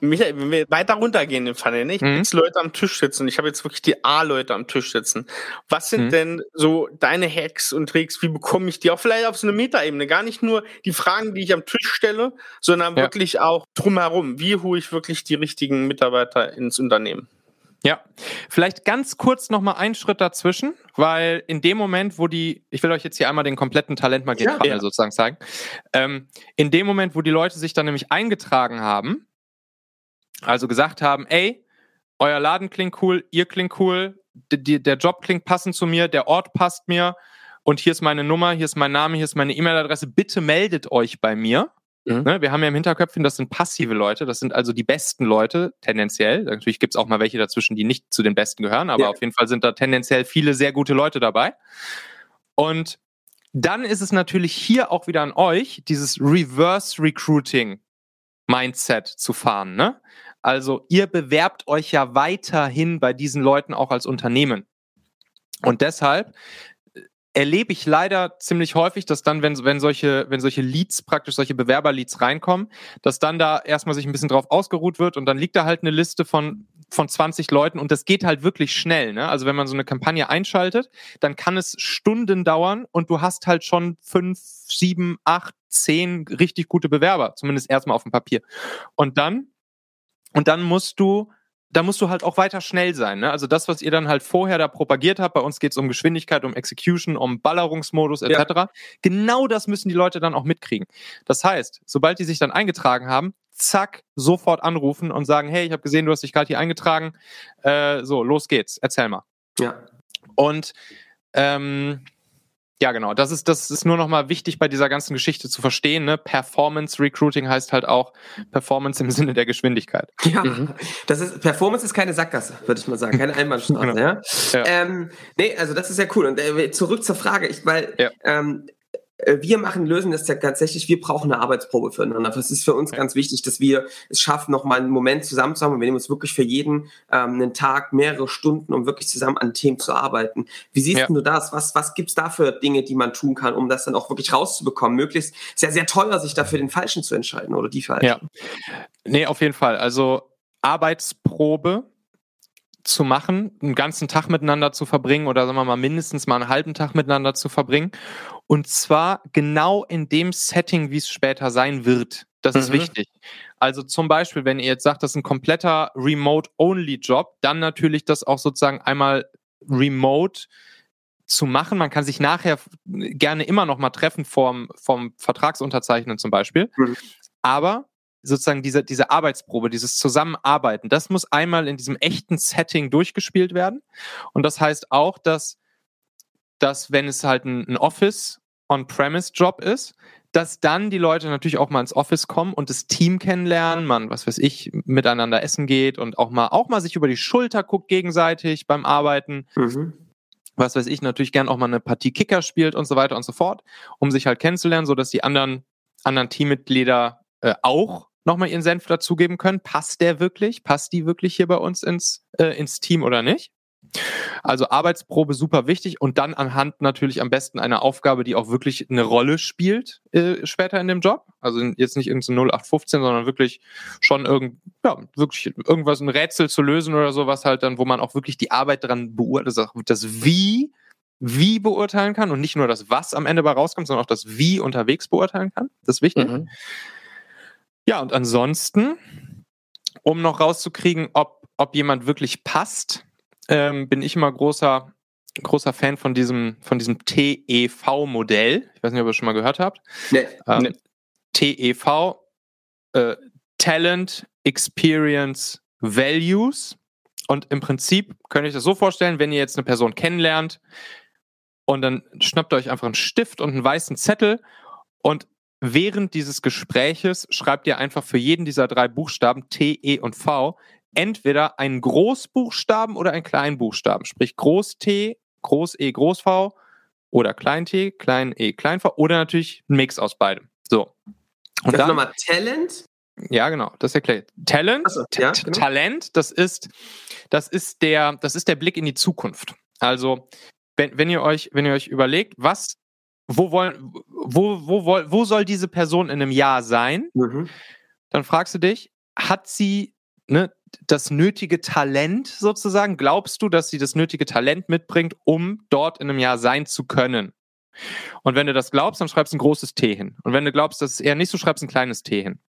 Michael, wenn wir weiter runtergehen im Fall, ne? Ich habe jetzt Leute am Tisch sitzen. Ich habe jetzt wirklich die A-Leute am Tisch sitzen. Was sind denn so deine Hacks und Tricks? Wie bekomme ich die auch vielleicht auf so eine Metaebene? Gar nicht nur die Fragen, die ich am Tisch stelle, sondern wirklich auch drumherum. Wie hole ich wirklich die richtigen Mitarbeiter ins Unternehmen? Ja, vielleicht ganz kurz nochmal einen Schritt dazwischen, weil in dem Moment, ich will euch jetzt hier einmal den kompletten Talentmarket-Funnel sozusagen zeigen, in dem Moment, wo die Leute sich dann nämlich eingetragen haben, also gesagt haben, ey, euer Laden klingt cool, ihr klingt cool, der Job klingt passend zu mir, der Ort passt mir und hier ist meine Nummer, hier ist mein Name, hier ist meine E-Mail-Adresse, bitte meldet euch bei mir. Ne, wir haben ja im Hinterköpfchen, das sind passive Leute, das sind also die besten Leute, tendenziell. Natürlich gibt es auch mal welche dazwischen, die nicht zu den Besten gehören, aber auf jeden Fall sind da tendenziell viele sehr gute Leute dabei. Und dann ist es natürlich hier auch wieder an euch, dieses Reverse-Recruiting-Mindset zu fahren. Ne? Also ihr bewerbt euch ja weiterhin bei diesen Leuten auch als Unternehmen. Und deshalb erlebe ich leider ziemlich häufig, dass dann, wenn solche Leads, praktisch solche Bewerberleads reinkommen, dass dann da erstmal sich ein bisschen drauf ausgeruht wird und dann liegt da halt eine Liste von 20 Leuten und das geht halt wirklich schnell. Ne? Also wenn man so eine Kampagne einschaltet, dann kann es Stunden dauern und du hast halt schon 5, 7, 8, 10 richtig gute Bewerber, zumindest erstmal auf dem Papier. Und dann musst du halt auch weiter schnell sein. Ne? Also das, was ihr dann halt vorher da propagiert habt, bei uns geht es um Geschwindigkeit, um Execution, um Ballerungsmodus etc. Genau das müssen die Leute dann auch mitkriegen. Das heißt, sobald die sich dann eingetragen haben, zack, sofort anrufen und sagen, hey, ich habe gesehen, du hast dich gerade hier eingetragen. So, los geht's, erzähl mal. Ja. Und ja, genau. Das ist nur nochmal wichtig bei dieser ganzen Geschichte zu verstehen. Ne? Performance Recruiting heißt halt auch Performance im Sinne der Geschwindigkeit. Ja, Performance ist keine Sackgasse, würde ich mal sagen. Keine Einbahnstraße. Genau. Nee, also das ist ja cool. Und zurück zur Frage. Wir lösen das ja tatsächlich, wir brauchen eine Arbeitsprobe füreinander. Das ist für uns ganz wichtig, dass wir es schaffen, nochmal einen Moment zusammen zu haben. Wir nehmen uns wirklich für jeden einen Tag, mehrere Stunden, um wirklich zusammen an Themen zu arbeiten. Wie siehst du das? Was gibt's da für Dinge, die man tun kann, um das dann auch wirklich rauszubekommen? Möglichst, ist ja sehr teuer, sich dafür den Falschen zu entscheiden oder die Falschen. Ja. Nee, auf jeden Fall. Also Arbeitsprobe zu machen, einen ganzen Tag miteinander zu verbringen oder sagen wir mal mindestens mal einen halben Tag miteinander zu verbringen und zwar genau in dem Setting, wie es später sein wird. Das ist wichtig. Also zum Beispiel, wenn ihr jetzt sagt, das ist ein kompletter Remote-Only-Job, dann natürlich das auch sozusagen einmal remote zu machen. Man kann sich nachher gerne immer noch mal treffen vom Vertragsunterzeichnen zum Beispiel, aber sozusagen diese Arbeitsprobe, dieses Zusammenarbeiten, das muss einmal in diesem echten Setting durchgespielt werden. Und das heißt auch, dass wenn es halt ein Office-on-Premise-Job ist, dass dann die Leute natürlich auch mal ins Office kommen und das Team kennenlernen, man, was weiß ich, miteinander essen geht und auch mal sich über die Schulter guckt gegenseitig beim Arbeiten. Was weiß ich, natürlich gern auch mal eine Partie Kicker spielt und so weiter und so fort, um sich halt kennenzulernen, sodass die anderen Teammitglieder auch nochmal ihren Senf dazugeben können. Passt die wirklich hier bei uns ins Team oder nicht? Also Arbeitsprobe super wichtig und dann anhand natürlich am besten einer Aufgabe, die auch wirklich eine Rolle spielt später in dem Job. Also jetzt nicht irgendein 0815, sondern wirklich schon wirklich irgendwas, ein Rätsel zu lösen oder so, was halt dann, wo man auch wirklich die Arbeit dran beurteilt, das Wie beurteilen kann und nicht nur das Was am Ende bei rauskommt, sondern auch das Wie unterwegs beurteilen kann. Das ist wichtig. Ja, und ansonsten, um noch rauszukriegen, ob jemand wirklich passt, bin ich immer großer Fan von diesem TEV-Modell. Ich weiß nicht, ob ihr das schon mal gehört habt. Nee. TEV, Talent, Experience, Values. Und im Prinzip könnt ihr euch das so vorstellen, wenn ihr jetzt eine Person kennenlernt und dann schnappt ihr euch einfach einen Stift und einen weißen Zettel und während dieses Gespräches schreibt ihr einfach für jeden dieser 3 Buchstaben T, E und V entweder einen Großbuchstaben oder einen Kleinbuchstaben. Sprich Groß-T, Groß-E, Groß-V oder Klein-T, Klein-E, Klein-V oder natürlich ein Mix aus beidem. So. Und dann nochmal Talent? Ja, genau, das erklärt. Talent, genau. Talent, das ist der Blick in die Zukunft. Also, wenn ihr euch überlegt, wo soll diese Person in einem Jahr sein? Dann fragst du dich, hat sie das nötige Talent sozusagen? Glaubst du, dass sie das nötige Talent mitbringt, um dort in einem Jahr sein zu können? Und wenn du das glaubst, dann schreibst du ein großes T hin. Und wenn du glaubst, dass es eher nicht so, schreibst du ein kleines T hin.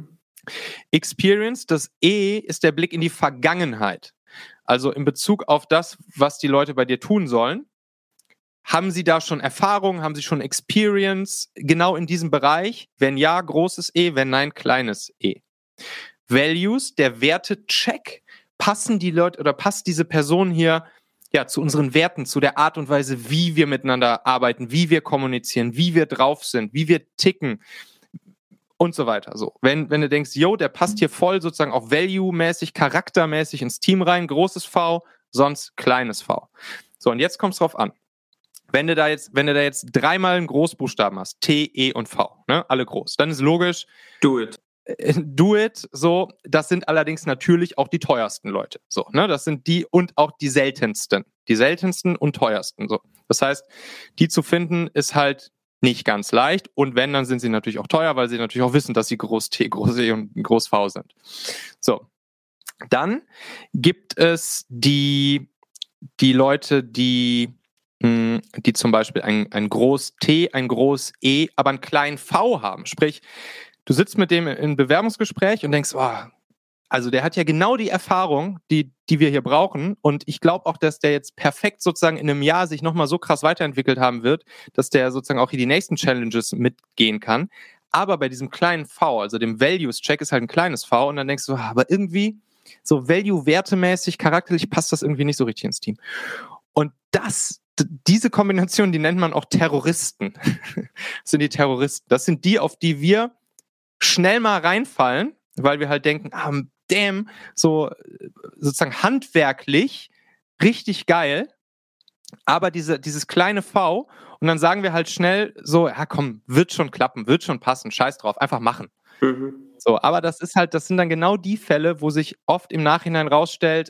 Experience, das E ist der Blick in die Vergangenheit. Also in Bezug auf das, was die Leute bei dir tun sollen. Haben sie da schon Erfahrung? Haben sie schon Experience genau in diesem Bereich? Wenn ja, großes E, wenn nein, kleines E. Values, der Wertecheck. Passen die Leute oder passt diese Person hier zu unseren Werten, zu der Art und Weise, wie wir miteinander arbeiten, wie wir kommunizieren, wie wir drauf sind, wie wir ticken und so weiter. So, wenn du denkst, der passt hier voll sozusagen auch value-mäßig, charaktermäßig ins Team rein, großes V, sonst kleines V. So, und jetzt kommt es drauf an. Wenn du da jetzt dreimal einen Großbuchstaben hast, T, E und V, ne, alle groß, dann ist logisch. Do it, so, das sind allerdings natürlich auch die teuersten Leute, so, ne, das sind die und auch die seltensten und teuersten, so. Das heißt, die zu finden ist halt nicht ganz leicht und wenn, dann sind sie natürlich auch teuer, weil sie natürlich auch wissen, dass sie Groß T, Groß E und Groß V sind. So, dann gibt es die Leute, die zum Beispiel ein Groß T, ein Groß E, aber einen kleinen V haben. Sprich, du sitzt mit dem in Bewerbungsgespräch und denkst, also der hat ja genau die Erfahrung, die wir hier brauchen und ich glaube auch, dass der jetzt perfekt sozusagen in einem Jahr sich nochmal so krass weiterentwickelt haben wird, dass der sozusagen auch hier die nächsten Challenges mitgehen kann. Aber bei diesem kleinen V, also dem Values-Check ist halt ein kleines V und dann denkst du, aber irgendwie so Value-wertemäßig, charakterlich passt das irgendwie nicht so richtig ins Team. Und diese Kombination, die nennt man auch Terroristen. Das sind die Terroristen. Das sind die, auf die wir schnell mal reinfallen, weil wir halt denken, so sozusagen handwerklich richtig geil, aber dieses kleine V und dann sagen wir halt schnell so, komm, wird schon klappen, wird schon passen, scheiß drauf, einfach machen. So, aber das sind dann genau die Fälle, wo sich oft im Nachhinein rausstellt,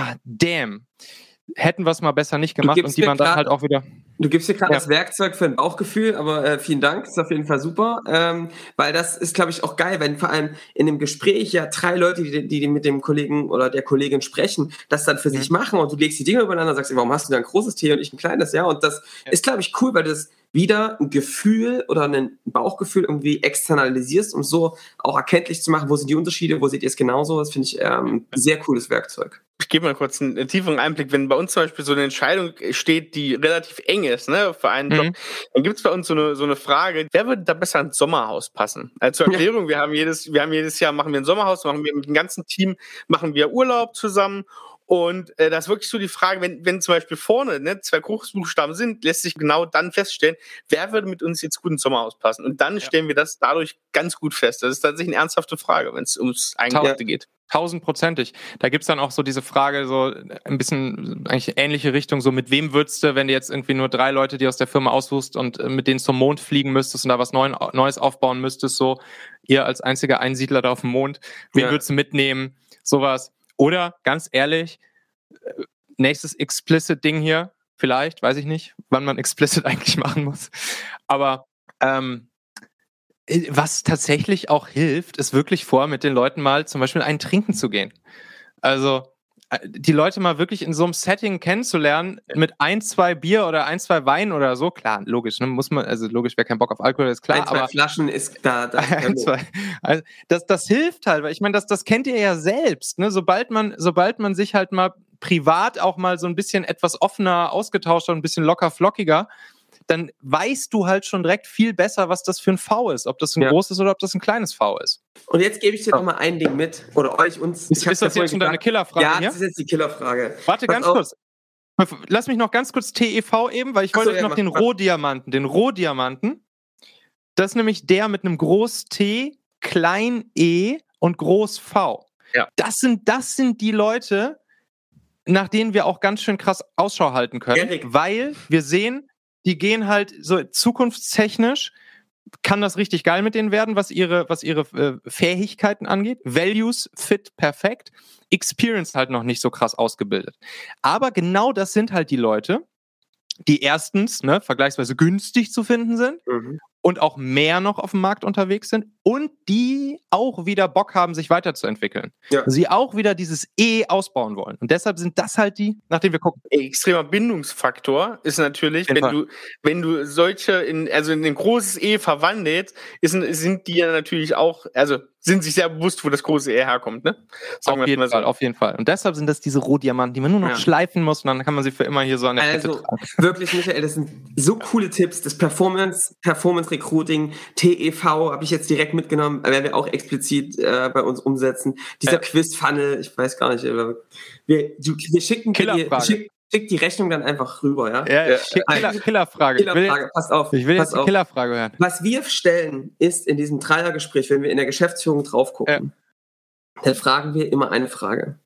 hätten wir es mal besser nicht gemacht und die man dann halt auch wieder... Du gibst mir gerade das Werkzeug für ein Bauchgefühl, aber vielen Dank, das ist auf jeden Fall super, weil das ist, glaube ich, auch geil, wenn vor allem in dem Gespräch 3 Leute, die mit dem Kollegen oder der Kollegin sprechen, das dann für sich machen und du legst die Dinge übereinander und sagst, warum hast du da ein großes T und ich ein kleines, und das ist, glaube ich, cool, weil das wieder ein Gefühl oder ein Bauchgefühl irgendwie externalisierst, um so auch erkenntlich zu machen, wo sind die Unterschiede, wo seht ihr es genauso, das finde ich ein sehr cooles Werkzeug. Ich gebe mal kurz einen tieferen Einblick. Wenn bei uns zum Beispiel so eine Entscheidung steht, die relativ eng ist, ne, für einen Job, dann gibt es bei uns so eine Frage, wer würde da besser ins Sommerhaus passen? Zur Erklärung, wir haben jedes Jahr machen wir ein Sommerhaus, machen wir mit dem ganzen Team, machen wir Urlaub zusammen. Und das ist wirklich so die Frage, wenn zum Beispiel vorne 2 Großbuchstaben sind, lässt sich genau dann feststellen, wer würde mit uns jetzt gut ins Sommerhaus passen. Und dann stellen wir das dadurch ganz gut fest. Das ist tatsächlich eine ernsthafte Frage, wenn es ums Eingemachte geht. 1000%. Da gibt's dann auch so diese Frage, so ein bisschen eigentlich ähnliche Richtung, so mit wem würdest du, wenn du jetzt irgendwie nur 3 Leute, die aus der Firma aussuchst und mit denen zum Mond fliegen müsstest und da was Neues aufbauen müsstest, so ihr als einziger Einsiedler da auf dem Mond, wen würdest du mitnehmen, sowas. Oder, ganz ehrlich, nächstes Explicit-Ding hier, vielleicht, weiß ich nicht, wann man Explicit eigentlich machen muss, aber was tatsächlich auch hilft, ist wirklich mit den Leuten mal zum Beispiel einen trinken zu gehen. Also die Leute mal wirklich in so einem Setting kennenzulernen, mit 1, 2 Bier oder 1, 2 Wein oder so, klar, logisch, ne, logisch, wer keinen Bock auf Alkohol hat, ist klar. 1, 2 Flaschen ist da. 1, 2, also das hilft halt, weil ich meine, das kennt ihr ja selbst, ne, sobald man sich halt mal privat auch mal so ein bisschen etwas offener ausgetauscht hat, ein bisschen locker flockiger, dann weißt du halt schon direkt viel besser, was das für ein V ist. Ob das ein großes oder ob das ein kleines V ist. Und jetzt gebe ich dir noch mal ein Ding mit. Oder uns. Ist das jetzt schon deine Killerfrage? Ja, das ist jetzt die Killerfrage. Warte, ganz kurz. Lass mich noch ganz kurz TEV eben, weil ich wollte euch noch den Rohdiamanten. Das ist nämlich der mit einem Groß-T, Klein-E und Groß-V. Ja. Das sind die Leute, nach denen wir auch ganz schön krass Ausschau halten können, weil wir sehen, die gehen halt so zukunftstechnisch, kann das richtig geil mit denen werden, was ihre Fähigkeiten angeht. Values fit perfekt, Experience halt noch nicht so krass ausgebildet. Aber genau das sind halt die Leute, die erstens vergleichsweise günstig zu finden sind und auch mehr noch auf dem Markt unterwegs sind und die auch wieder Bock haben, sich weiterzuentwickeln. Ja. Sie auch wieder dieses E ausbauen wollen. Und deshalb sind das halt die, nachdem wir gucken. Extremer Bindungsfaktor ist natürlich, wenn du solche in ein großes E verwandelst, sind die ja natürlich auch, also sind sich sehr bewusst, wo das große E herkommt, ne? Auf jeden Fall. Und deshalb sind das diese Rohdiamanten, die man nur noch schleifen muss und dann kann man sie für immer hier so an der Kette tragen. Wirklich, Michael, das sind so coole Tipps. Das Performance Recruiting, TEV habe ich jetzt direkt mitgenommen, werden wir auch explizit bei uns umsetzen. Dieser Quiz-Funnel, ich weiß gar nicht, wir schicken Schick die Rechnung dann einfach rüber, ja? Killerfrage. Passt auf. Ich will jetzt die Killerfrage hören. Was wir stellen, ist in diesem Dreiergespräch, wenn wir in der Geschäftsführung drauf gucken, dann fragen wir immer eine Frage.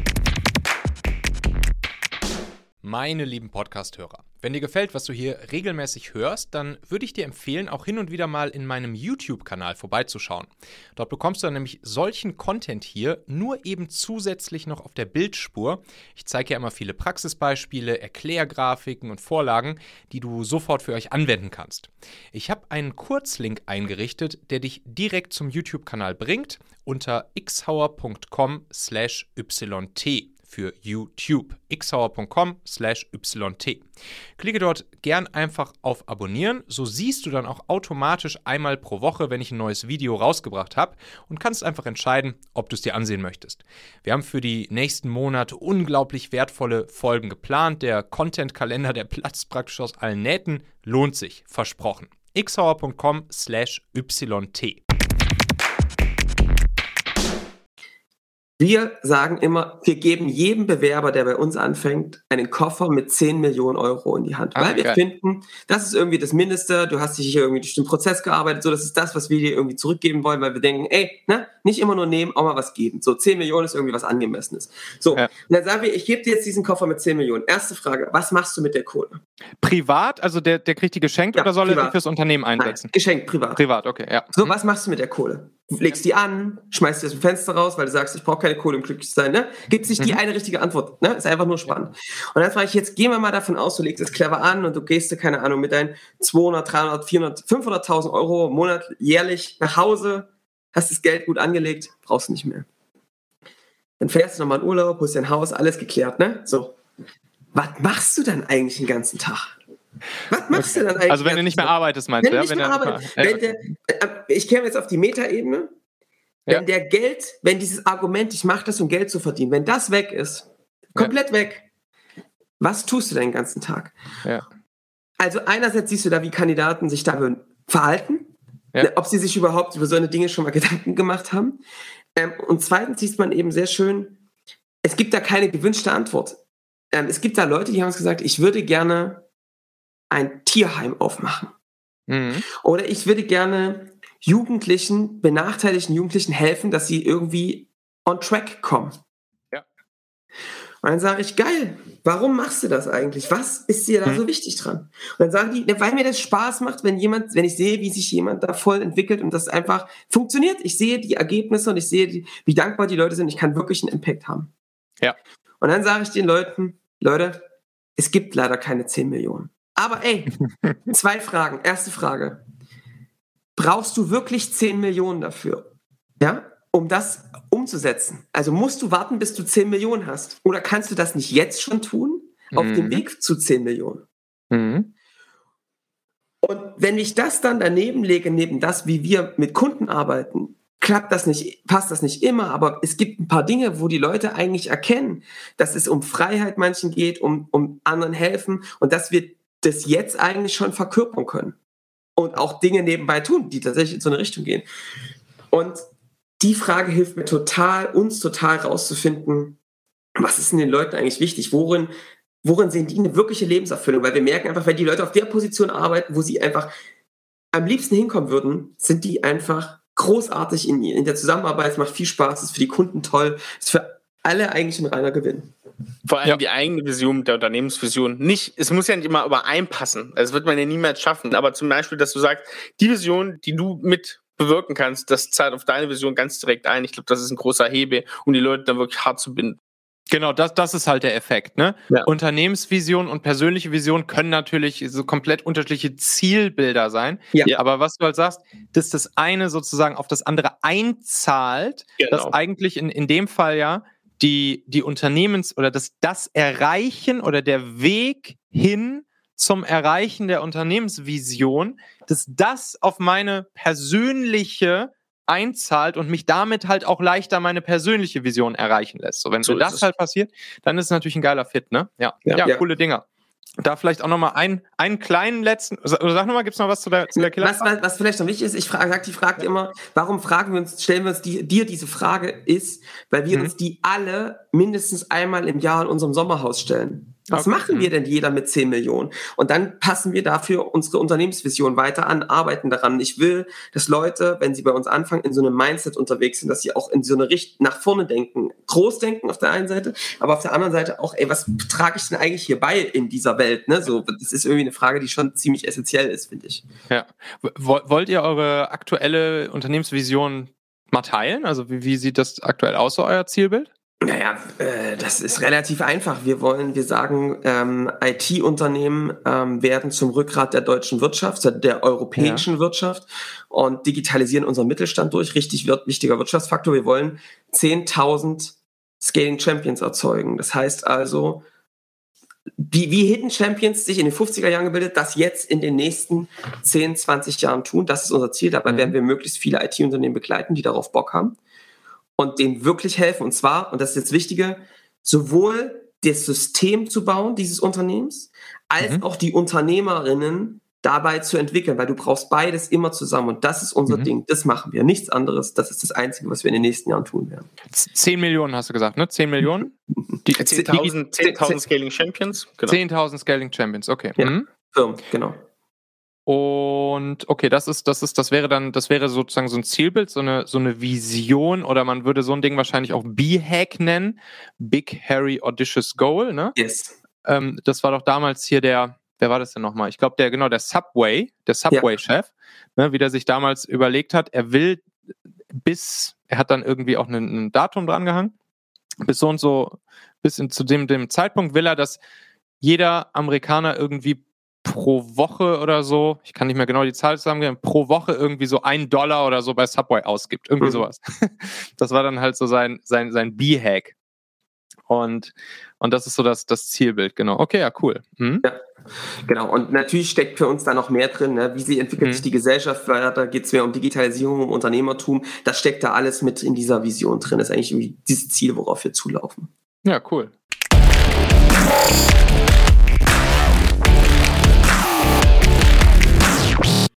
Meine lieben Podcast-Hörer, wenn dir gefällt, was du hier regelmäßig hörst, dann würde ich dir empfehlen, auch hin und wieder mal in meinem YouTube-Kanal vorbeizuschauen. Dort bekommst du dann nämlich solchen Content hier, nur eben zusätzlich noch auf der Bildspur. Ich zeige ja immer viele Praxisbeispiele, Erklärgrafiken und Vorlagen, die du sofort für euch anwenden kannst. Ich habe einen Kurzlink eingerichtet, der dich direkt zum YouTube-Kanal bringt, unter xhauer.com/yt. für YouTube. xhauer.com/yt. Klicke dort gern einfach auf Abonnieren, so siehst du dann auch automatisch einmal pro Woche, wenn ich ein neues Video rausgebracht habe und kannst einfach entscheiden, ob du es dir ansehen möchtest. Wir haben für die nächsten Monate unglaublich wertvolle Folgen geplant. Der Content-Kalender, der platzt praktisch aus allen Nähten, lohnt sich, versprochen. xhauer.com/yt. Wir sagen immer, wir geben jedem Bewerber, der bei uns anfängt, einen Koffer mit 10 Millionen Euro in die Hand. Weil wir finden, das ist irgendwie das Mindeste, du hast dich hier irgendwie durch den Prozess gearbeitet, so das ist das, was wir dir irgendwie zurückgeben wollen, weil wir denken, nicht immer nur nehmen, auch mal was geben. So 10 Millionen ist irgendwie was Angemessenes. So, und dann sagen wir, ich gebe dir jetzt diesen Koffer mit 10 Millionen. Erste Frage, was machst du mit der Kohle? Privat, also der kriegt die geschenkt oder soll er die fürs Unternehmen einsetzen? Nein, geschenkt, privat. Privat, okay, ja. So, was machst du mit der Kohle? Du legst die an, schmeißt die aus dem Fenster raus, weil du sagst, ich brauche keine Kohle, um glücklich zu sein, ne? Gibt es nicht die eine richtige Antwort, ne? Ist einfach nur spannend. Und dann frage ich, jetzt gehen wir mal davon aus, du legst es clever an und du gehst, keine Ahnung, mit deinen 200, 300, 400, 500.000 Euro im Monat jährlich nach Hause, hast das Geld gut angelegt, brauchst du nicht mehr. Dann fährst du nochmal in Urlaub, holst dein Haus, alles geklärt, ne? So. Was machst du dann eigentlich den ganzen Tag? Was machst du dann eigentlich? Also wenn du nicht mehr arbeitest, meinst du? Ich käme jetzt auf die Metaebene. Wenn dieses Argument, ich mache das, um Geld zu verdienen, wenn das weg ist, komplett weg, was tust du den ganzen Tag? Ja. Also einerseits siehst du da, wie Kandidaten sich da verhalten, ob sie sich überhaupt über so eine Dinge schon mal Gedanken gemacht haben. Und zweitens sieht man eben sehr schön, es gibt da keine gewünschte Antwort. Es gibt da Leute, die haben uns gesagt, ich würde gerne ein Tierheim aufmachen. Mhm. Oder ich würde gerne benachteiligten Jugendlichen helfen, dass sie irgendwie on track kommen. Ja. Und dann sage ich, geil, warum machst du das eigentlich? Was ist dir da so wichtig dran? Und dann sagen die, weil mir das Spaß macht, wenn ich sehe, wie sich jemand da voll entwickelt und das einfach funktioniert. Ich sehe die Ergebnisse und ich sehe, wie dankbar die Leute sind. Ich kann wirklich einen Impact haben. Ja. Und dann sage ich den Leuten, Leute, es gibt leider keine 10 Millionen. Aber 2 Fragen. Erste Frage. Brauchst du wirklich 10 Millionen dafür? Ja? Um das umzusetzen? Also musst du warten, bis du 10 Millionen hast? Oder kannst du das nicht jetzt schon tun? Auf dem Weg zu 10 Millionen? Mhm. Und wenn ich das dann daneben lege, neben das, wie wir mit Kunden arbeiten, passt das nicht immer, aber es gibt ein paar Dinge, wo die Leute eigentlich erkennen, dass es um Freiheit manchen geht, um anderen helfen und dass wir das jetzt eigentlich schon verkörpern können. Und auch Dinge nebenbei tun, die tatsächlich in so eine Richtung gehen. Und die Frage hilft mir uns total rauszufinden, was ist denn den Leuten eigentlich wichtig? Worin sehen die eine wirkliche Lebenserfüllung? Weil wir merken einfach, wenn die Leute auf der Position arbeiten, wo sie einfach am liebsten hinkommen würden, sind die einfach großartig in der Zusammenarbeit. Es macht viel Spaß, ist für die Kunden toll, ist für alle eigentlich ein reiner Gewinn. Vor allem die eigene Vision der Unternehmensvision. Es muss ja nicht immer übereinpassen. Das wird man ja niemals schaffen. Aber zum Beispiel, dass du sagst, die Vision, die du mit bewirken kannst, das zahlt auf deine Vision ganz direkt ein. Ich glaube, das ist ein großer Hebel, um die Leute dann wirklich hart zu binden. Genau, das ist halt der Effekt, ne? Ja. Unternehmensvision und persönliche Vision können natürlich so komplett unterschiedliche Zielbilder sein. Ja. Aber was du halt sagst, dass das eine sozusagen auf das andere einzahlt, dass eigentlich in dem Fall ja die Unternehmens- oder das Erreichen oder der Weg hin zum Erreichen der Unternehmensvision, dass das auf meine persönliche einzahlt und mich damit halt auch leichter meine persönliche Vision erreichen lässt. So, wenn So das ist es. halt passiert, dann ist es natürlich ein geiler Fit, ne? Ja, coole Dinger. Da vielleicht auch nochmal einen kleinen letzten, oder sag nochmal, gibt's noch was zu der Killer? Was vielleicht noch wichtig ist, die fragt immer, warum stellen wir uns dir diese Frage, ist, weil wir uns die alle mindestens einmal im Jahr in unserem Sommerhaus stellen. Was machen wir denn jeder mit 10 Millionen? Und dann passen wir dafür unsere Unternehmensvision weiter an, arbeiten daran. Ich will, dass Leute, wenn sie bei uns anfangen, in so einem Mindset unterwegs sind, dass sie auch in so eine Richtung nach vorne denken, groß denken auf der einen Seite, aber auf der anderen Seite auch, was trage ich denn eigentlich hier bei in dieser Welt? Ne? So, das ist irgendwie eine Frage, die schon ziemlich essentiell ist, finde ich. Ja. Wollt ihr eure aktuelle Unternehmensvision mal teilen? Also wie sieht das aktuell aus, so euer Zielbild? Naja, das ist relativ einfach. Wir sagen, IT-Unternehmen werden zum Rückgrat der deutschen Wirtschaft, der europäischen Wirtschaft und digitalisieren unseren Mittelstand durch. Richtig wichtiger Wirtschaftsfaktor. Wir wollen 10.000 Scaling Champions erzeugen. Das heißt also, wie Hidden Champions sich in den 50er Jahren gebildet, das jetzt in den nächsten 10, 20 Jahren tun. Das ist unser Ziel. Dabei werden wir möglichst viele IT-Unternehmen begleiten, die darauf Bock haben. Und denen wirklich helfen. Und zwar, und das ist jetzt Wichtige, sowohl das System zu bauen, dieses Unternehmens, als auch die Unternehmerinnen dabei zu entwickeln, weil du brauchst beides immer zusammen. Und das ist unser Ding. Das machen wir. Nichts anderes. Das ist das Einzige, was wir in den nächsten Jahren tun werden. 10 Millionen hast du gesagt, ne? 10 Millionen? 10.000 Scaling Champions. Genau. 10.000 Scaling Champions, okay. Ja. Firmen, genau. Und okay, das wäre sozusagen so ein Zielbild, so eine Vision, oder man würde so ein Ding wahrscheinlich auch BHAG nennen, Big Hairy Audacious Goal, ne? Yes. Das war doch damals hier wer war das denn nochmal? Ich glaube, der Subway-Chef, ne, wie der sich damals überlegt hat, er hat dann irgendwie auch ein Datum dran gehangen, zu dem Zeitpunkt will er, dass jeder Amerikaner irgendwie pro Woche oder so, ich kann nicht mehr genau die Zahl zusammengeben, pro Woche irgendwie so $1 oder so bei Subway ausgibt. Irgendwie sowas. Das war dann halt so sein B-Hack. Und das ist so das Zielbild, genau. Okay, ja, cool. Ja, genau. Und natürlich steckt für uns da noch mehr drin, ne? Wie entwickelt sich die Gesellschaft weiter, geht es mehr um Digitalisierung, um Unternehmertum. Das steckt da alles mit in dieser Vision drin. Das ist eigentlich irgendwie dieses Ziel, worauf wir zulaufen. Ja, cool.